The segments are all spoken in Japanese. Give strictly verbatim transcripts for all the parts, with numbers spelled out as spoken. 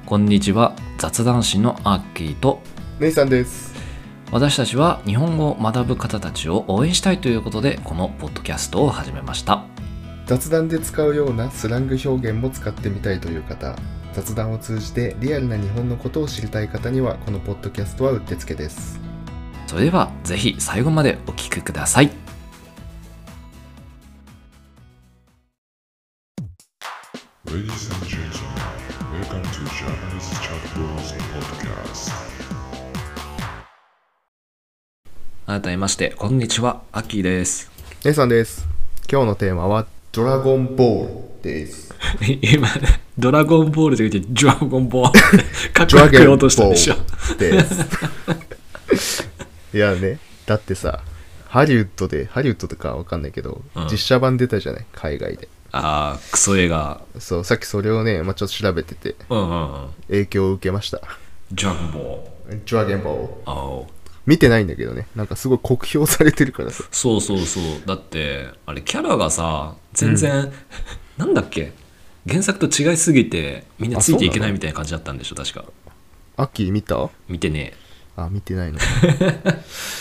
こんにちは。雑談師のアッキーとネイさんです。 私たちは日本語を学ぶ方たちを応援したいということでこのポッドキャストを始めました。 雑談で使うようなスラング表現も使ってみたいという方、雑談を通じてリアルな日本のことを知りたい方にはこのポッドキャストはうってつけです。 それではぜひ最後までお聞きください。 Ladies and gentlemen, welcome to Japanese Chat Bros Podcast. 改めましてこんにちは、アッキーです。 ネイさんです。今日のテーマはドラゴンボールです。 今ドラゴンボールと言ってドラゴンボールかっこよく言おうとしたでしょですいやね、だってさ、ハリウッドでハリウッドとかわかんないけど、うん、実写版出たじゃない、海外で。 ああ、クソ映画。 そう、さっきそれをね、まあ、ちょっと調べてて、 うんうんうん、 影響を受けました。 ドラゴンボール。 ドラゴンボール。 ああ。 見てないんだけどね、なんかすごい酷評されてるからさ。 そうそうそう。だってあれキャラがさ、全然、うん、なんだっけ、原作と違いすぎてみんなついていけないみたいな感じだったんでしょ確か。 アッキー見た？ 見てねえ。 あ、見てないの。確か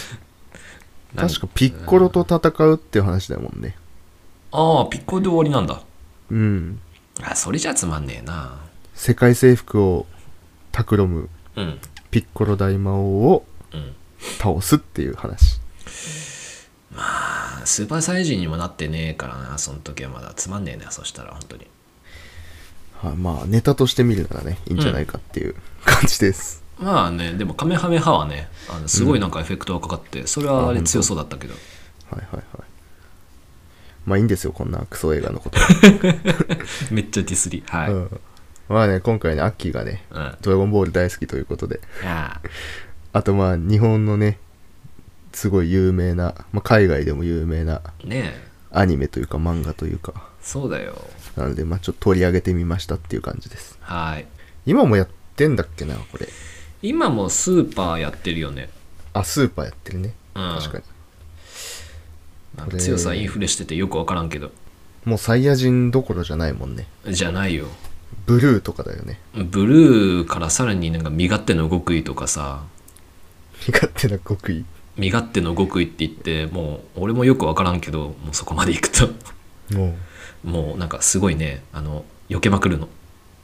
ピッコロと戦うっていう話だもんね。 ああ、ピッコロで終わりなんだ。 うん。 あ、それじゃつまんねえな。 世界征服を企むピッコロ大魔王を倒すっていう話。 うん、まあスーパーサイヤ人にもなってねえからな、その時はまだつまんねえな。そしたら本当に。 はあ、まあネタとして見るならね、いいんじゃないかっていう感じです。 うん、まあね、でもカメハメハはね、あのすごいなんかエフェクトがかかって、うん、それはあれ強そうだったけど。 はいはいはい。まあいいんですよ、こんなクソ映画のことめっちゃディスり、はい、うん、 まあね、今回ね、アッキーがね、うん、ドラゴンボール大好きということで、 あ, あとまあ日本のね、すごい有名な、まあ、海外でも有名なアニメというか漫画というか、 そうだよ。 なのでまあちょっと取り上げてみましたっていう感じです。 はい。 今もやってんだっけな、これ。 今もスーパーやってるよね。 あ、スーパーやってるね、うん、確かに。 なんか強さインフレしててよく分からんけど、 もうサイヤ人どころじゃないもんね。 じゃないよ。 ブルーとかだよね。 ブルーからさらになんか身勝手の極意とかさ。 身勝手な極意身勝手の極意って言って、もう俺もよく分からんけど、もうそこまでいくともうもうなんかすごいね、あの避けまくるの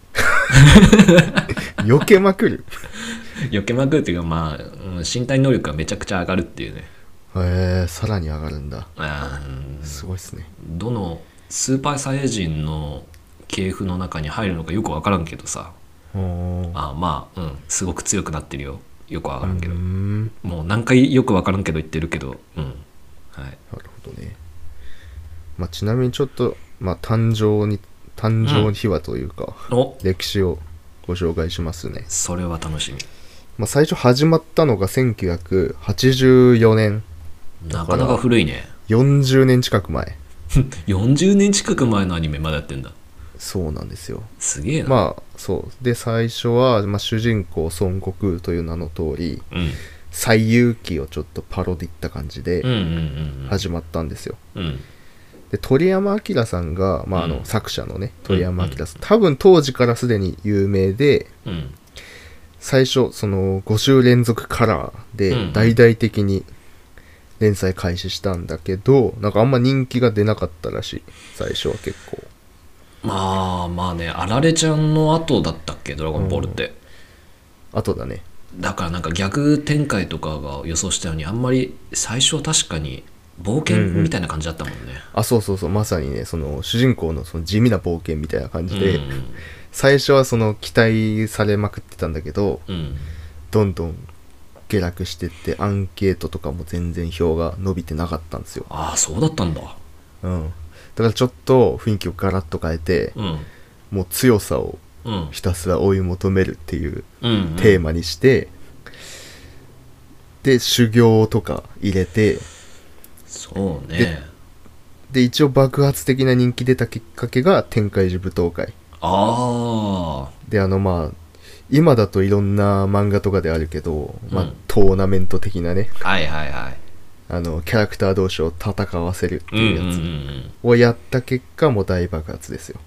避けまくる避けまくるっていうか、まあ、うん、身体能力がめちゃくちゃ上がるっていうね。 へえ、さらに上がるんだ。 あ、 すごいっすね。 どのスーパーサイヤ人の系譜の中に入るのかよく分からんけどさ、あ、まあ、うん、すごく強くなってるよ。よく分からんけど、んもう何回よく分からんけど言ってるけど、うん、はい。 なるほどね。まあ、ちなみにちょっと、まあ、誕生に誕生秘話というか、うん、歴史をご紹介しますね。 それは楽しみ。 まあ、最初始まったのがせんきゅうひゃくはちじゅうよねん。 なかなか古いね。 よんじゅうねん近く前よんじゅうねん近く前のアニメまだやってんだ。 そうなんですよ。 すげえな。 まあそうで、最初は、まあ、主人公孫悟空という名の通り、うん、西遊記をちょっとパロディった感じで始まったんですよ、うんうんうんうん、で鳥山明さんが、まあ、あの作者のね、うん、鳥山明さん、多分当時からすでに有名で、うん、最初そのご週連続カラーで大々的に連載開始したんだけど、なんかあんま人気が出なかったらしい、最初は結構。 まあまあね、あられちゃんの後だったっけ、ドラゴンボールって。 うん、後だね。 だからなんか逆展開とかが予想したように、あんまり最初は確かに冒険みたいな感じだったもんね。うんうん、 あ、そうそうそう、まさにね、その主人公のその地味な冒険みたいな感じで、うんうん、最初はその期待されまくってたんだけど、うん、どんどん下落してって、アンケートとかも全然票が伸びてなかったんですよ。 ああ、そうだったんだ。 うん。だからちょっと雰囲気をガラッと変えて、うん、もう強さをひたすら追い求めるっていうテーマにして、うんうん、で修行とか入れて、 そうね。 で、で一応爆発的な人気出たきっかけが天界寺舞踏会。 ああ。 で、あのまあ今だといろんな漫画とかであるけど、うん、まあトーナメント的なね。 はいはいはい。 あのキャラクター同士を戦わせるっていうやつをやった結果もう大爆発ですよ。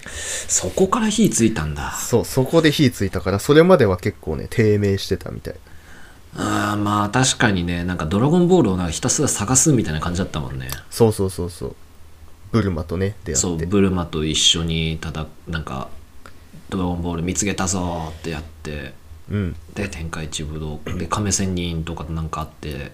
そこから火ついたんだ。 そう、そこで火ついたから、それまでは結構ね低迷してたみたい。 ああ、まあ確かにね、なんかドラゴンボールをなんかひたすら探すみたいな感じだったもんね。 そうそうそうそう、ブルマとね出会って、 そう、ブルマと一緒にただなんかドラゴンボール見つけたぞってやって、 うん、 で天下一武道で亀仙人とかなんかあって、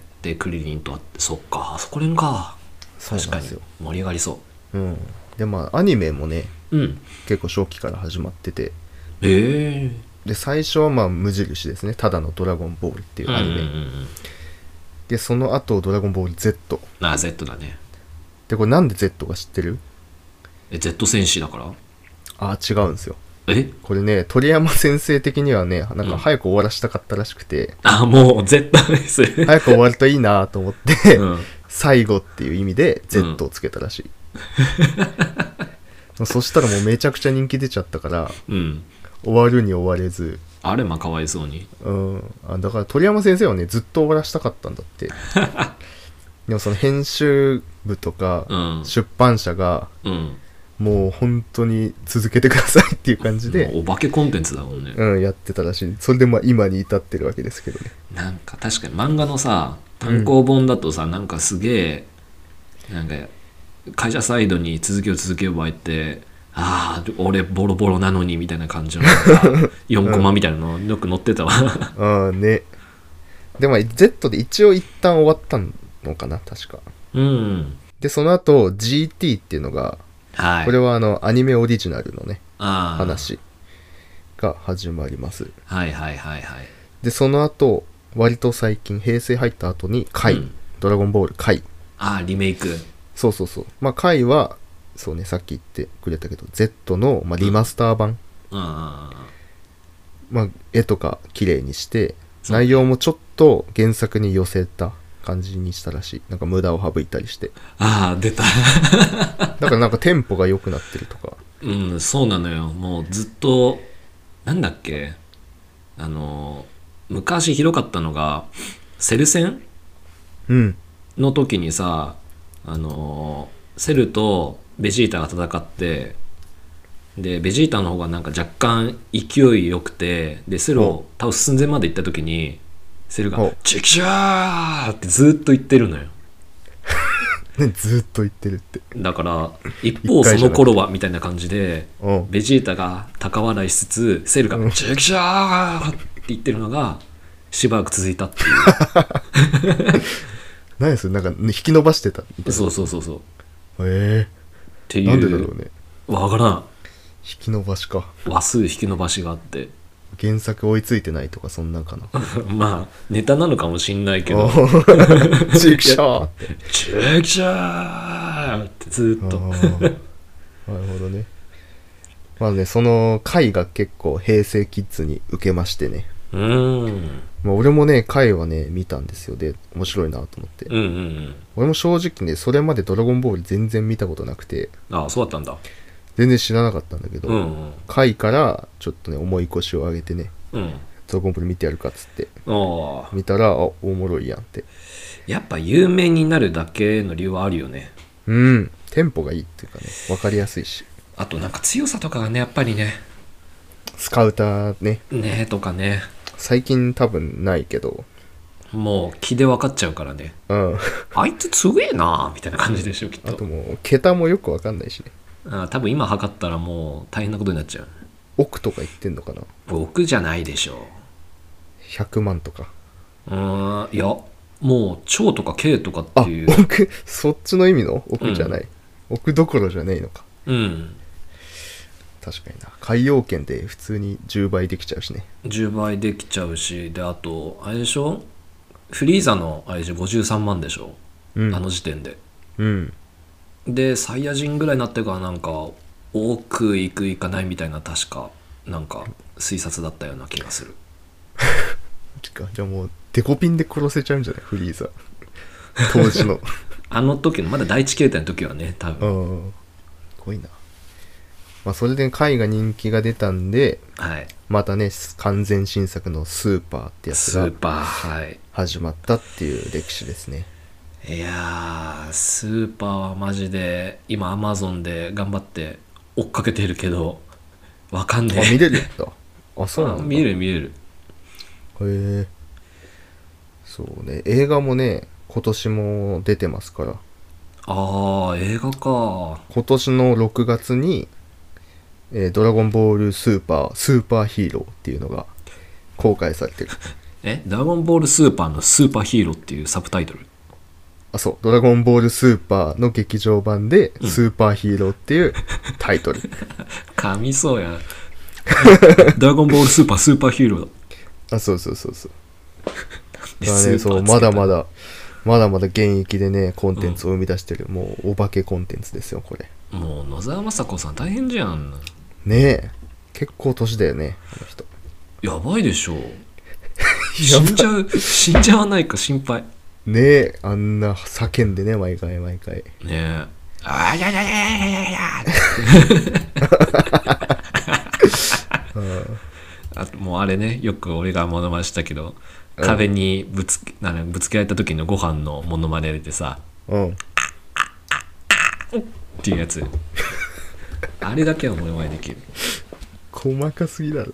でクリリンとあって、そっか、あそこら辺か。確かに盛り上がりそう。 うん、でまあアニメもね、 うん、 結構初期から始まってて、 えー、で最初はまあ無印ですね、ただのドラゴンボールっていうアニメ、うんうんうん、でその後ドラゴンボール Z。 ああ Z だね。 でこれなんで Z が知ってる？ え Z 戦士だから？ ああ違うんですよ。 えこれね、鳥山先生的にはね、なんか早く終わらしたかったらしくて、うん、 あもう Z です早く終わるといいなと思って、うん、最後っていう意味で Z をつけたらしい、うん、そしたらもうめちゃくちゃ人気出ちゃったから、うん、終わるに終われず、 あれまあかわいそうに、 うん、あだから鳥山先生はねずっと終わらしたかったんだってでもその編集部とか出版社が、うんうんもう本当に続けてくださいっていう感じでお化けコンテンツだもんね、 うん、やってたらしい。それでまあ今に至ってるわけですけどね。 なんか確かに漫画のさ単行本だとさ、うん、なんかすげえなんか会社サイドに続きを続けを言ってああ俺ボロボロなのにみたいな感じのよんコマみたいなのよく載ってたわああね。でも Z で一応一旦終わったのかな確か。うんでその後 ジーティー っていうのがはい、これはあのアニメオリジナルのね話が始まります。 はいはいはいはい。 でその後割と最近平成入った後にカイ、うん、ドラゴンボールカイ。 ああリメイク。 そうそうそう。まあカイはそうねさっき言ってくれたけど Z の、まあ、リマスター版。うん、まあ絵とか綺麗にして内容もちょっと原作に寄せた感じにしたらしい。なんか無駄を省いたりして。 ああ出ただからなんかテンポが良くなってるとか。 うんそうなのよ。もうずっとなんだっけあの昔ひどかったのがセル戦、うん、の時にさあのセルとベジータが戦ってでベジータの方がなんか若干勢い良くてでセルを倒す寸前まで行った時にセルが「チキシャー!」ってずっと言ってるのよずっと言ってるってだから一方その頃はみたいな感じでベジータが高笑いしつつセルが「チキシャー!」って言ってるのがしばらく続いたっていう何それなんか引き伸ばしてたみたいな。 そうそうそうそうへえっていうなんでだろうねわからん引き伸ばしか話数引き伸ばしがあって原作追いついてないとかそんなんかなまあネタなのかもしんないけどチクシャーってチクシャーってずっとなるほどね。まあねその回が結構平成キッズに受けましてね。うんまあ俺もね回はね見たんですよ。で面白いなと思って、うんうんうん、俺も正直ねそれまでドラゴンボール全然見たことなくて。 ああそうだったんだ。 全然知らなかったんだけど、うんうん、回からちょっとね重い腰を上げてね、うん、ドラゴンボール見てやるかっつって見たらあおもろいやんって。 やっぱ有名になるだけの理由はあるよね。 うんテンポがいいっていうかね分かりやすいしあとなんか強さとかがねやっぱりねスカウターねねとかね最近多分ないけどもう気で分かっちゃうからね、うん、あいつ強えなみたいな感じでしょきっと。 あともう桁もよく分かんないしね。 あ多分今測ったらもう大変なことになっちゃう。 億とか言ってんのかな。 億じゃないでしょひゃくまんとか。 うーんいやもう超とか K とかっていうあ億そっちの意味の億じゃない、うん、億どころじゃないのか。うん確かにな海洋圏で普通にじゅうばいできちゃうしね。 じゅうばいできちゃうしであとあれでしょフリーザのあれでしょごじゅうさんまんでしょ、うん、あの時点でうんでサイヤ人ぐらいになってからなんか多くいくいかないみたいな確かなんか推察だったような気がするじゃあもうデコピンで殺せちゃうんじゃないフリーザ当時のあの時のまだ第一形態の時はね多分すごいな。まあそれで回が人気が出たんで、はい、またね完全新作のスーパーってやつが始まったっていう歴史ですね。 いやースーパーはマジで今アマゾンで頑張って追っかけてるけどわかんねえ。 あ見れるんだ。あそうなんだ。 見れる見れる。 へえ。そうね、映画もね今年も出てますから。 ああ映画か。 今年のろくがつに、えードラゴンボールスーパースーパーヒーローっていうのが公開されてる。 えドラゴンボールスーパーのスーパーヒーローっていうサブタイトル。 あそうドラゴンボールスーパーの劇場版でうんスーパーヒーローっていうタイトル。 噛みそうや。ドラゴンボールスーパースーパーヒーローだ。 あそうそうそうそう。 でだからね、そうスーパーつけたまだまだまだまだ現役でねコンテンツを生み出してる、うん、もうお化けコンテンツですよこれ。 もう野沢雅子さん大変じゃん。 ねえ結構年だよねあの人。 やばいでしょ。死んじゃう死んじゃわないか心配。 ねえあんな叫んでね毎回毎回。 ねえあやややややややあともうあれねよく俺がモノマネしたけど壁にぶつけ、なぶつけられた時のご飯のモノマネでさうんっていうやつあれだけはモノマネできる。 細かすぎだろ。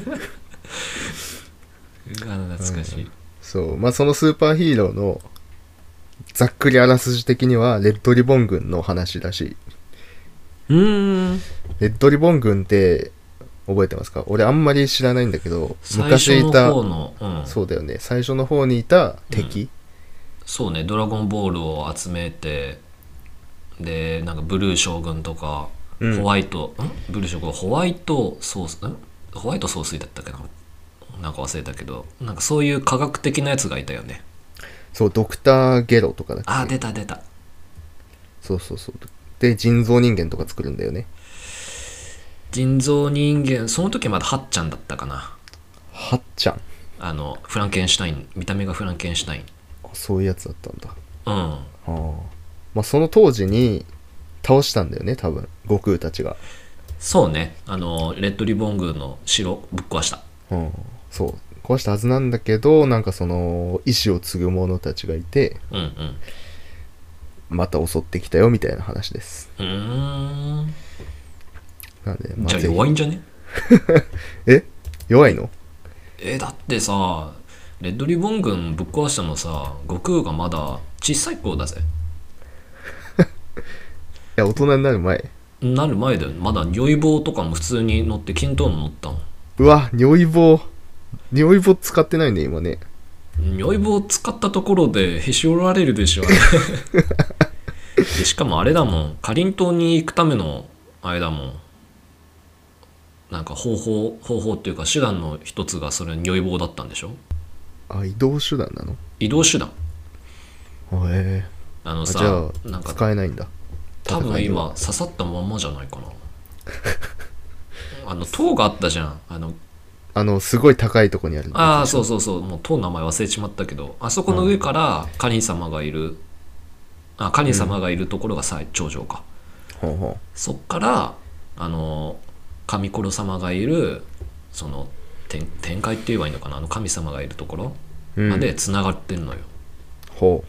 うわ懐かしい、うん、 そうまあそのスーパーヒーローのざっくりあらすじ的にはレッドリボン軍の話らしい。 うーんレッドリボン軍って覚えてますか？俺あんまり知らないんだけど昔いた最初の方の、うん、 そうだよね最初の方にいた敵、 うん、そうねドラゴンボールを集めてでなんかブルー将軍とか、うん、ホワイトんブルー将軍ホワイトソースんホワイト総帥だったっけななんか忘れたけどなんかそういう科学的なやつがいたよね。 そうドクターゲロとかだっけ。 あ出た出た。 そうそうそうで人造人間とか作るんだよね。 人造人間その時まだハッちゃんだったかな。 ハッちゃんあのフランケンシュタイン見た目がフランケンシュタイン。 あそういうやつだったんだ。 うんはあまあその当時に倒したんだよね多分悟空たちが。 そうねあのレッドリボン軍の城ぶっ壊した。 うんそう壊したはずなんだけどなんかその意志を継ぐ者たちがいて、 うんうん、 また襲ってきたよみたいな話です。 うーんなんで、まあ、 じゃあ弱いんじゃね？ え弱いの？ えだってさレッドリボン軍ぶっ壊したのさ悟空がまだ小さい頃だぜ。 いや大人になる前なる前だよ。まだ如意棒とかも普通に乗って均等の乗ったもん。 うわ如意棒如意棒使ってないね今ね。 如意棒使ったところでへし折られるでしょあれでしかもあれだもんかりんとうに行くためのあれだもんなんか方法方法っていうか手段の一つがそれ如意棒だったんでしょ。 あ移動手段なの？ 移動手段。 へえあのさじゃあなんか使えないんだ。 多分今刺さったまんまじゃないかなあの塔があったじゃんあのあのすごい高いとこにある。 ああそうそうそうもう塔の名前忘れちまったけどあそこの上からカリン様がいるあカリン様がいるところが最頂上か、 うん、ほうほうそっからあの神コロ様がいるその天, 天界って言えばいいのかなあの神様がいるところまでつながってんのよ、 うん、ほ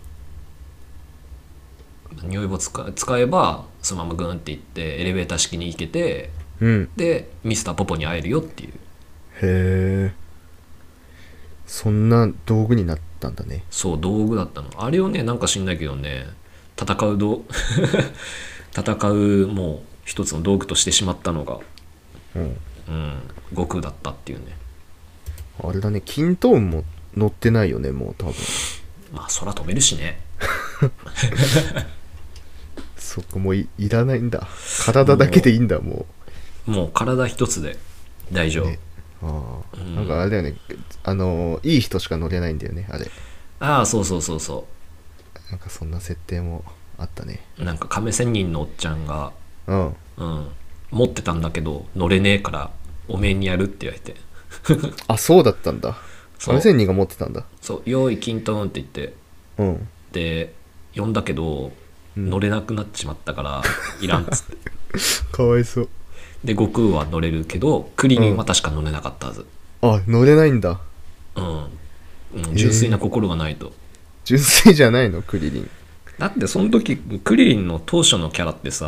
う如意棒 使, 使えばそのままグーンって行ってエレベーター式に行けて、 うん、 でミスターポポに会えるよっていう。 へえそんな道具になったんだね。 そう道具だったのあれをねなんか知んないけどね戦うど戦うもう一つの道具としてしまったのが、 うんうん、悟空だったっていうね。 あれだね均等も乗ってないよねもう多分。 まあ空飛べるしねそこも い, いらないんだ体だけでいいんだもうもう体一つで大丈夫、ね、 あ、うん、なんかあれだよねあのいい人しか乗れないんだよねあれ。 ああそうそうそうそうなんかそんな設定もあったね。 なんか亀仙人のおっちゃんが、 うんうん、持ってたんだけど乗れねえからおめえにやるって言われてあそうだったんだ。亀仙人が持ってたんだ。 そう用意キントーンって言って、 うん、 で呼んだけど、うん、乗れなくなっちまったからいらんっつってかわいそうで悟空は乗れるけどクリリンは確か乗れなかったはず、 うん、あ乗れないんだ。 うん、うん、純粋な心がないと、えー、 純粋じゃないのクリリン。 だってその時クリリンの当初のキャラってさ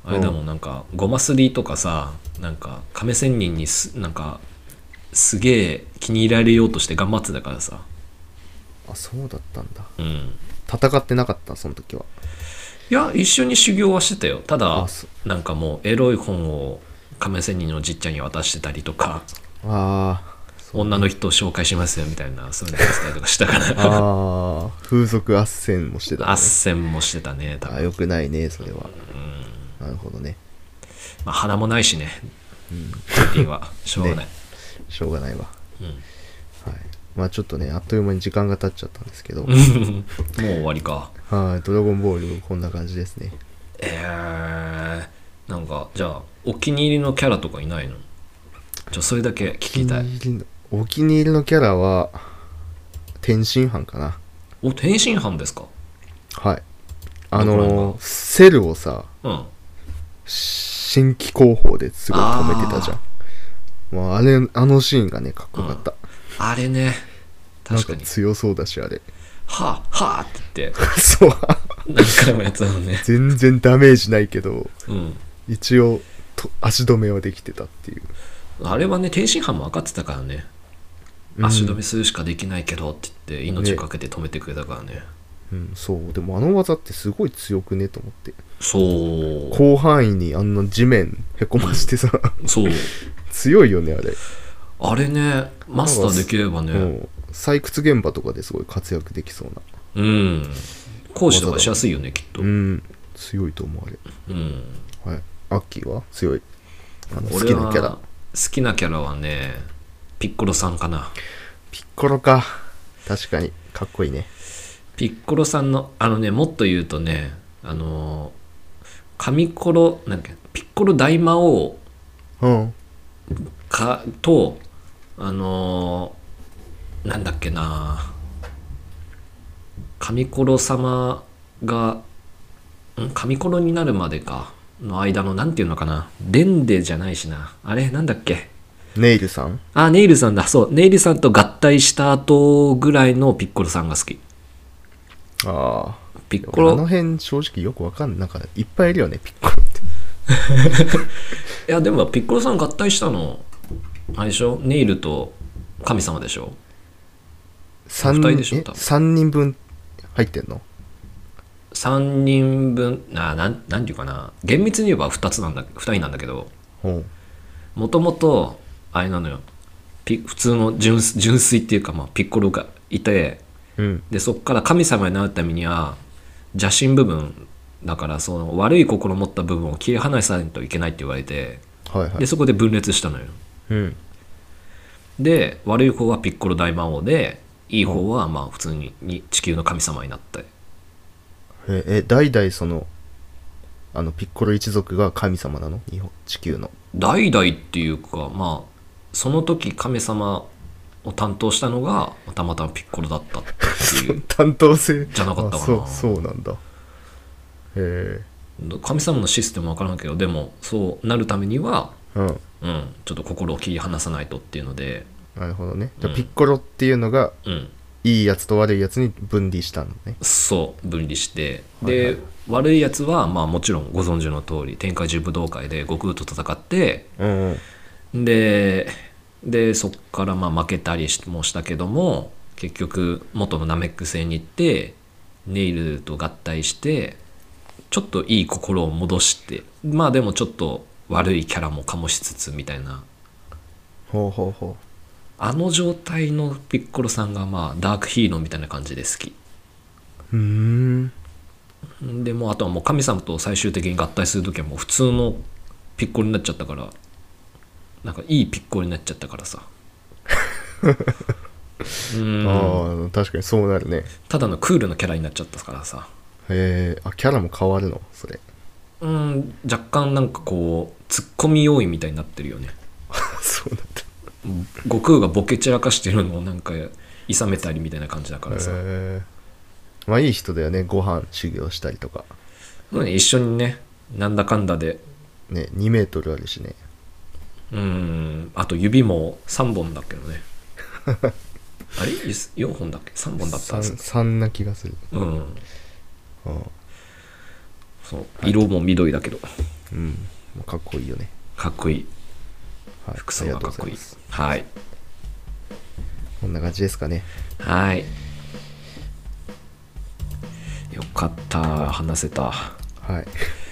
あれだもん、なんかごますりとかさ、なんか亀仙人にすなんかすげえ気に入られようとして頑張ってたからさ。 あ、そうだったんだ。 うん。 戦ってなかったその時は。 いや一緒に修行はしてたよ。ただあそなんかもうエロい本を亀仙人のじっちゃんに渡してたりとか、 ああ、 女の人を紹介しますよみたいな、そういうのやってたりとかしたからああ、風俗斡旋もしてた、ね、 斡旋もしてたね多分。 あ、よくないねそれは。 うん、 なるほどね。 まあ鼻もないしね、 うん、 ピンはしょうがない、 ね、しょうがないわ。 うん、 はい。まあちょっとね、あっという間に時間が経っちゃったんですけどもう終わりか。 はい、ドラゴンボールこんな感じですね。 えー、なんかじゃあお気に入りのキャラとかいないの？じゃあそれだけ聞きたい。 お気に入りのキャラは天津飯かな。 お、天津飯ですか？ はい。あのー、セルをさ、 うん、 新規広報ですごい止めてたじゃん。もうあれ、あのシーンがねかっこよかった、うん、 あれね、確かになんか強そうだし、あれはあはあって言ってそう何回もやつなのね全然ダメージないけど、 うん、 一応と足止めはできてたっていう。 あれはね、天津飯も分かってたからね、足止めするしかできないけどって言って命をかけて止めてくれたからね。 うん、そうでもあの技ってすごい強くねと思って。 そう広範囲にあんな地面へこましてさ、 うん、そう強いよねあれ。 あれね、マスターできればね、 うん、採掘現場とかですごい活躍できそうな。 うん、講師とかしやすいよねきっと。 うん、強いと思われる。 うん、 はい。アッキーは強い。あの好きなキャラ。 好きなキャラはね、ピッコロさんかな。 ピッコロか。確かにかっこいいね。 ピッコロさんのあのね、もっと言うとね、あの神コロなんだっけ、ピッコロ大魔王か、うん、とあのなんだっけな、神コロ様がん神コロになるまでかの間のなんていうのかな、レンデじゃないしな、あれなんだっけ、 ネイルさん。 あ、ネイルさんだ。そう、ネイルさんと合体した後ぐらいのピッコロさんが好き。 ああ、 ピッコロ、 あの辺正直よくわかんない。なんかいっぱいいるよねピッコロっていやでもピッコロさん合体したのあれでしょ、ネイルと神様でしょ。 さんにんでしょ、多分さんにんぶん入ってんの。 さんにんぶん、あ、なん、なんていうかな、厳密に言えばふたつなんだ、ふたりなんだけど、もともとあれなのよ、ピ普通の 純, 純粋っていうか、まあ、ピッコロがいて、うん、でそっから神様になるためには邪神部分だから、その悪い心を持った部分を切り離さないといけないって言われて、はいはい、でそこで分裂したのよ、うん、で悪い方はピッコロ大魔王で、いい方はまあ普通に地球の神様になって、 ええ代々そのあのピッコロ一族が神様なの？日本地球の代々っていうか、まあその時神様を担当したのがたまたまピッコロだったっていう担当性じゃなかったかな。 そうそうなんだ。へえ。 神様のシステムは分からんけど、でもそうなるためには、うんうん、ちょっと心を切り離さないとっていうので。 なるほどね。じゃあピッコロっていうのが、うん、いいやつと悪いやつに分離したのね。 そう分離して、で、はいはい、悪いやつはまあもちろんご存知の通り天下十武道会で悟空と戦って、うんうん、ででそっからまあ負けたりもしたけども、結局元のナメック星に行ってネイルと合体してちょっといい心を戻して、まあでもちょっと悪いキャラも醸しつつみたいな、 ほうほうほう、 あの状態のピッコロさんがまあダークヒーローみたいな感じで好き。 うーん。 でもあとはもう神様と最終的に合体する時はもう普通のピッコロになっちゃったから、なんかいいピッコロになっちゃったからさうん、ああ確かにそうなるね。 ただのクールなキャラになっちゃったからさ。 へえ、あ、キャラも変わるのそれ。 うん、若干なんかこうツッコミ要因みたいになってるよねそうなんだ。 悟空がボケ散らかしてるのをなんかいさめたりみたいな感じだからさ。 へー、まあいい人だよね。ご飯修行したりとか、 うん、一緒にね、なんだかんだでね、にメートルあるしね。 うん、あと指もさんぼんだけどねあれよんほんだっけ、さんぼんだったんですよ。 さんな気がする。 うん、ああ、そう、色も緑だけど、 うん、かっこいいよね。 かっこいい、 はい、 服装がかっこいい。はい、 こんな感じですかね。 はい、よかった、話せた。 はい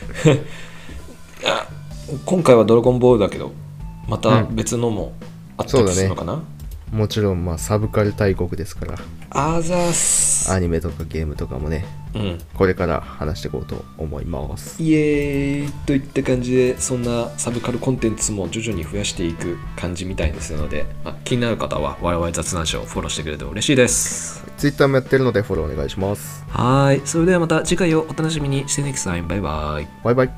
今回はドラゴンボールだけどまた別のもあったりするのかな、 うんね、もちろんまあサブカル大国ですから、 あざーす。 アニメとかゲームとかもね、うん、これから話していこうと思います。 イエーイといった感じで、そんなサブカルコンテンツも徐々に増やしていく感じみたいですので、まあ、気になる方は我々雑談社をフォローしてくれると嬉しいです。 ツイッターもやってるのでフォローお願いします。 はい、それではまた次回をお楽しみにして。ネクスタイム、バイバイ。 バイバイ。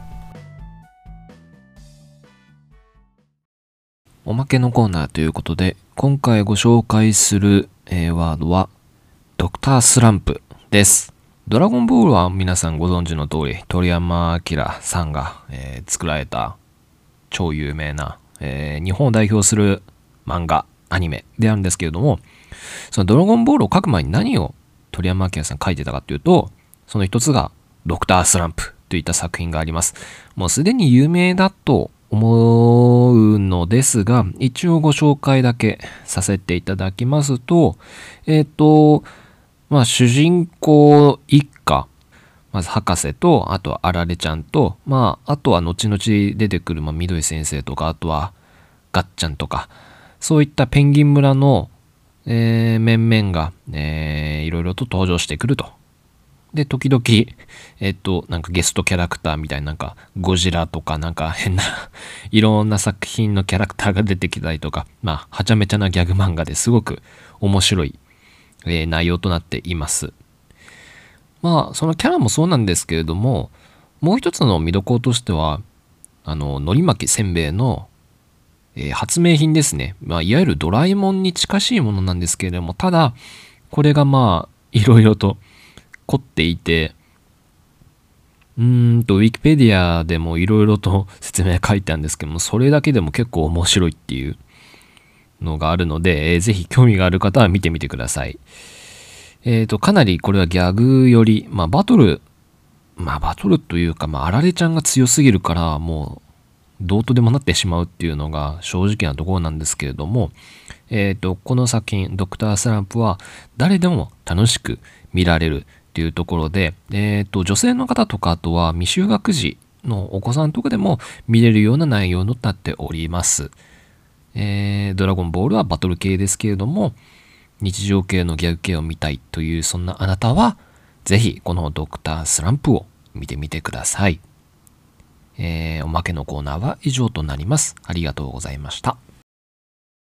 おまけのコーナーということで、今回ご紹介する、えー、ワードはドクタースランプです。ドラゴンボールは皆さんご存知の通り、鳥山明さんが、えー、作られた超有名な、えー、日本を代表する漫画アニメであるんですけれども、そのドラゴンボールを書く前に何を鳥山明さん書いてたかというと、その一つがドクタースランプといった作品があります。もうすでに有名だと思うのですが、一応ご紹介だけさせていただきますと、えっと、まあ主人公一家、まず博士と、あとはあられちゃんと、まああとは後々出てくる、まあ、緑先生とか、あとはガッちゃんとか、そういったペンギン村の、えー、面々が、えー、いろいろと登場してくると。で、時々、えっと、なんかゲストキャラクターみたいな、なんかゴジラとかなんか変な、いろんな作品のキャラクターが出てきたりとか、まあ、はちゃめちゃなギャグ漫画ですごく面白い、えー、内容となっています。まあ、そのキャラもそうなんですけれども、もう一つの見どころとしては、あの、のり巻きせんべいの、えー、発明品ですね。まあ、いわゆるドラえもんに近しいものなんですけれども、ただ、これがまあ、いろいろと、凝っていて、うーんと、ウィキペディアでもいろいろと説明書いてあるんですけども、それだけでも結構面白いっていうのがあるので、えー、ぜひ興味がある方は見てみてください。えっと、かなりこれはギャグより、まあバトル、まあバトルというか、まああられちゃんが強すぎるから、もう、どうとでもなってしまうっていうのが正直なところなんですけれども、えっと、この作品、ドクタースランプは誰でも楽しく見られるっていうところで、えっと、女性の方とか、あとは未就学児のお子さんとかでも見れるような内容になっております。えー、ドラゴンボールはバトル系ですけれども、日常系のギャグ系を見たいという、そんなあなたは、ぜひこのドクタースランプを見てみてください。えー、おまけのコーナーは以上となります。ありがとうございました。